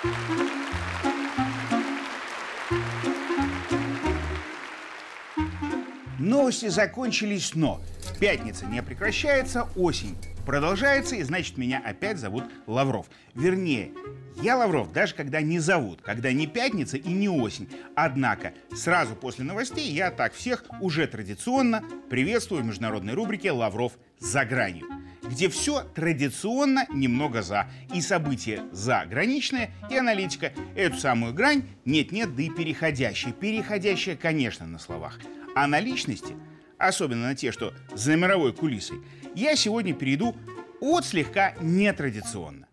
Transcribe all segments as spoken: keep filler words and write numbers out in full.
Новости закончились, но пятница не прекращается, осень продолжается, и значит, меня опять зовут Лавров. Вернее, я Лавров, даже когда не зовут, когда не пятница и не осень. Однако, сразу после новостей я так всех уже традиционно приветствую в международной рубрике «Лавров за гранью», где все традиционно немного за. И события заграничные, и аналитика. Эту самую грань нет-нет, да и переходящая. Переходящая, конечно, на словах. А на личности, особенно на те, что за мировой кулисой, я сегодня перейду от слегка нетрадиционно.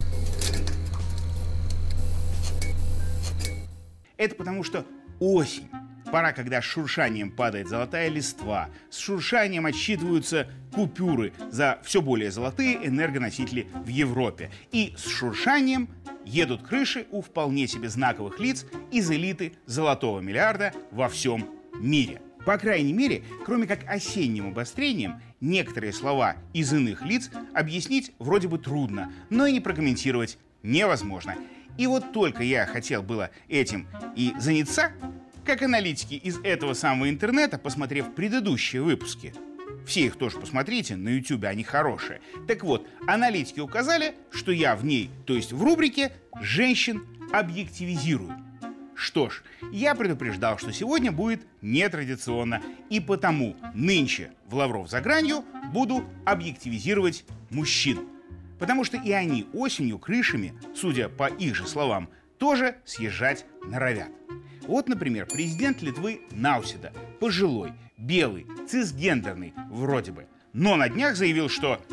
Это потому что осень. Пора, когда с шуршанием падает золотая листва, с шуршанием отсчитываются купюры за все более золотые энергоносители в Европе. И с шуршанием едут крыши у вполне себе знаковых лиц из элиты золотого миллиарда во всем мире. По крайней мере, кроме как осенним обострением, некоторые слова из иных лиц объяснить вроде бы трудно, но и не прокомментировать невозможно. И вот только я хотел было этим и заняться, как аналитики из этого самого интернета, посмотрев предыдущие выпуски. Все их тоже посмотрите, на ютубе они хорошие. Так вот, аналитики указали, что я в ней, то есть в рубрике, женщин объективизирую. Что ж, я предупреждал, что сегодня будет нетрадиционно, и потому нынче в «Лавров за гранью» буду объективизировать мужчин. Потому что и они осенью крышами, судя по их же словам, тоже съезжать норовят. Вот, например, президент Литвы Науседа, пожилой, белый, цисгендерный вроде бы, но на днях заявил, что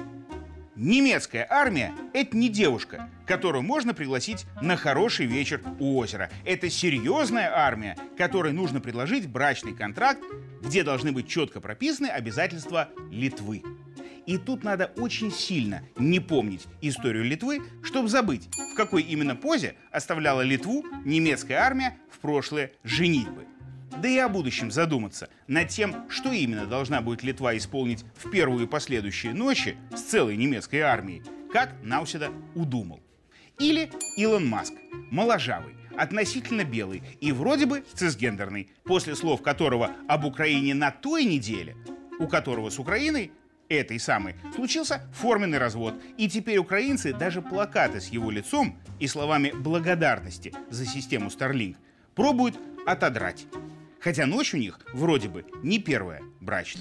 немецкая армия – это не девушка, которую можно пригласить на хороший вечер у озера. Это серьезная армия, которой нужно предложить брачный контракт, где должны быть четко прописаны обязательства Литвы. И тут надо очень сильно не помнить историю Литвы, чтобы забыть, в какой именно позе оставляла Литву немецкая армия в прошлые женитьбы. Да и о будущем задуматься над тем, что именно должна будет Литва исполнить в первую и последующие ночи с целой немецкой армией, как Науседа удумал. Или Илон Маск, моложавый, относительно белый и вроде бы цисгендерный, после слов которого об Украине на той неделе, у которого с Украиной, этой самой, случился форменный развод, и теперь украинцы даже плакаты с его лицом и словами благодарности за систему Starlink пробуют отодрать. Хотя ночь у них вроде бы не первая брачная.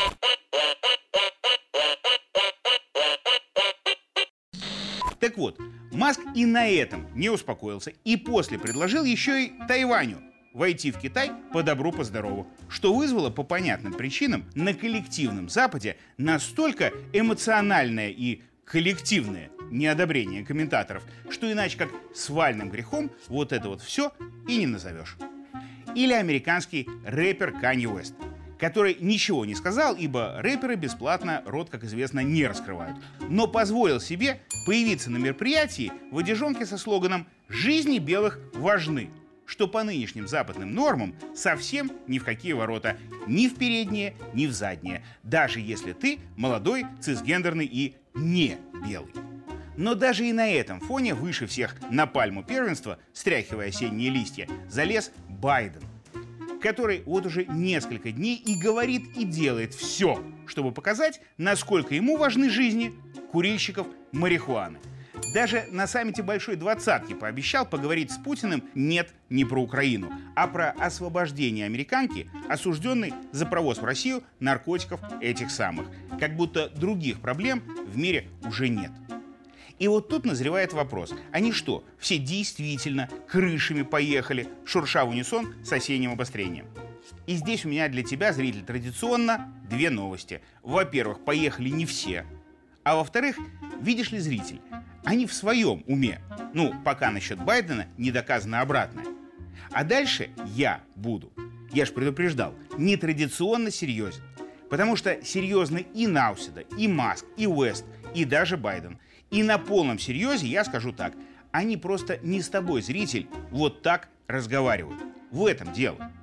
Так вот, Маск и на этом не успокоился, и после предложил еще и Тайваню войти в Китай по добру, по здорову, что вызвало по понятным причинам на коллективном Западе настолько эмоциональное и коллективное неодобрение комментаторов, что иначе как свальным грехом вот это вот все и не назовешь. Или американский рэпер Канье Уэст, который ничего не сказал, ибо рэперы бесплатно рот, как известно, не раскрывают, но позволил себе появиться на мероприятии в одежонке со слоганом «Жизни белых важны», что по нынешним западным нормам совсем ни в какие ворота, ни в передние, ни в задние, даже если ты молодой, цисгендерный и не белый. Но даже и на этом фоне выше всех на пальму первенства, стряхивая осенние листья, залез Байден, который вот уже несколько дней и говорит, и делает все, чтобы показать, насколько ему важны жизни курильщиков марихуаны. Даже на саммите Большой Двадцатки пообещал поговорить с Путиным нет, не про Украину, а про освобождение американки, осужденной за провоз в Россию наркотиков этих самых. Как будто других проблем в мире уже нет. И вот тут назревает вопрос, они что, все действительно крышами поехали, шурша в унисон с осенним обострением? И здесь у меня для тебя, зритель, традиционно две новости. Во-первых, поехали не все, а во-вторых, видишь ли, зритель, они в своем уме. Ну, пока насчет Байдена не доказано обратное. А дальше я буду, я ж предупреждал, нетрадиционно серьезен. Потому что серьезны и Науседа, и Маск, и Уэст, и даже Байден. И на полном серьезе я скажу так, они просто не с тобой, зритель, вот так разговаривают. В этом дело.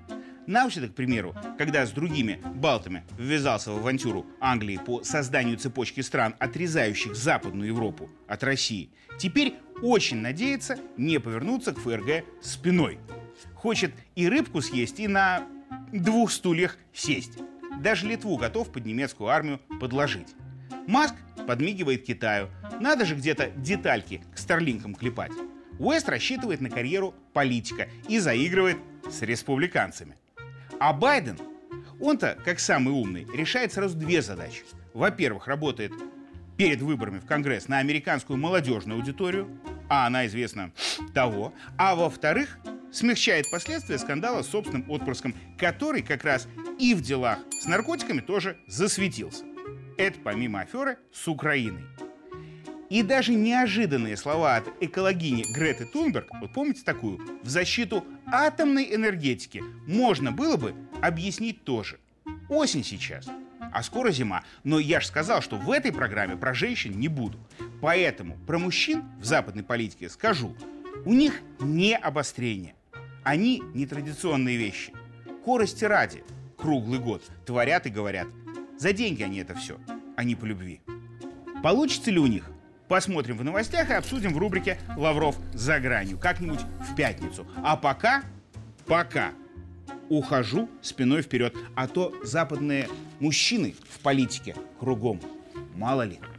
Научно, к примеру, когда с другими балтами ввязался в авантюру Англии по созданию цепочки стран, отрезающих Западную Европу от России, теперь очень надеется не повернуться к ФРГ спиной. Хочет и рыбку съесть, и на двух стульях сесть. Даже Литву готов под немецкую армию подложить. Маск подмигивает Китаю. Надо же где-то детальки к старлинкам клепать. Уэст рассчитывает на карьеру политика и заигрывает с республиканцами. А Байден, он-то, как самый умный, решает сразу две задачи. Во-первых, работает перед выборами в Конгресс на американскую молодежную аудиторию, а она известна того. А во-вторых, смягчает последствия скандала с собственным отпрыском, который как раз и в делах с наркотиками тоже засветился. Это помимо аферы с Украиной. И даже неожиданные слова от экологини Греты Тунберг, вот помните такую, в защиту атомной энергетики можно было бы объяснить тоже. Осень сейчас, а скоро зима. Но я же сказал, что в этой программе про женщин не буду. Поэтому про мужчин в западной политике скажу. У них не обострение. Они нетрадиционные вещи. Корости ради круглый год творят и говорят. За деньги они это все, а не по любви. Получится ли у них? Посмотрим в новостях и обсудим в рубрике «Лавров за гранью» как-нибудь в пятницу. А пока, пока ухожу спиной вперед, а то западные мужчины в политике кругом, мало ли.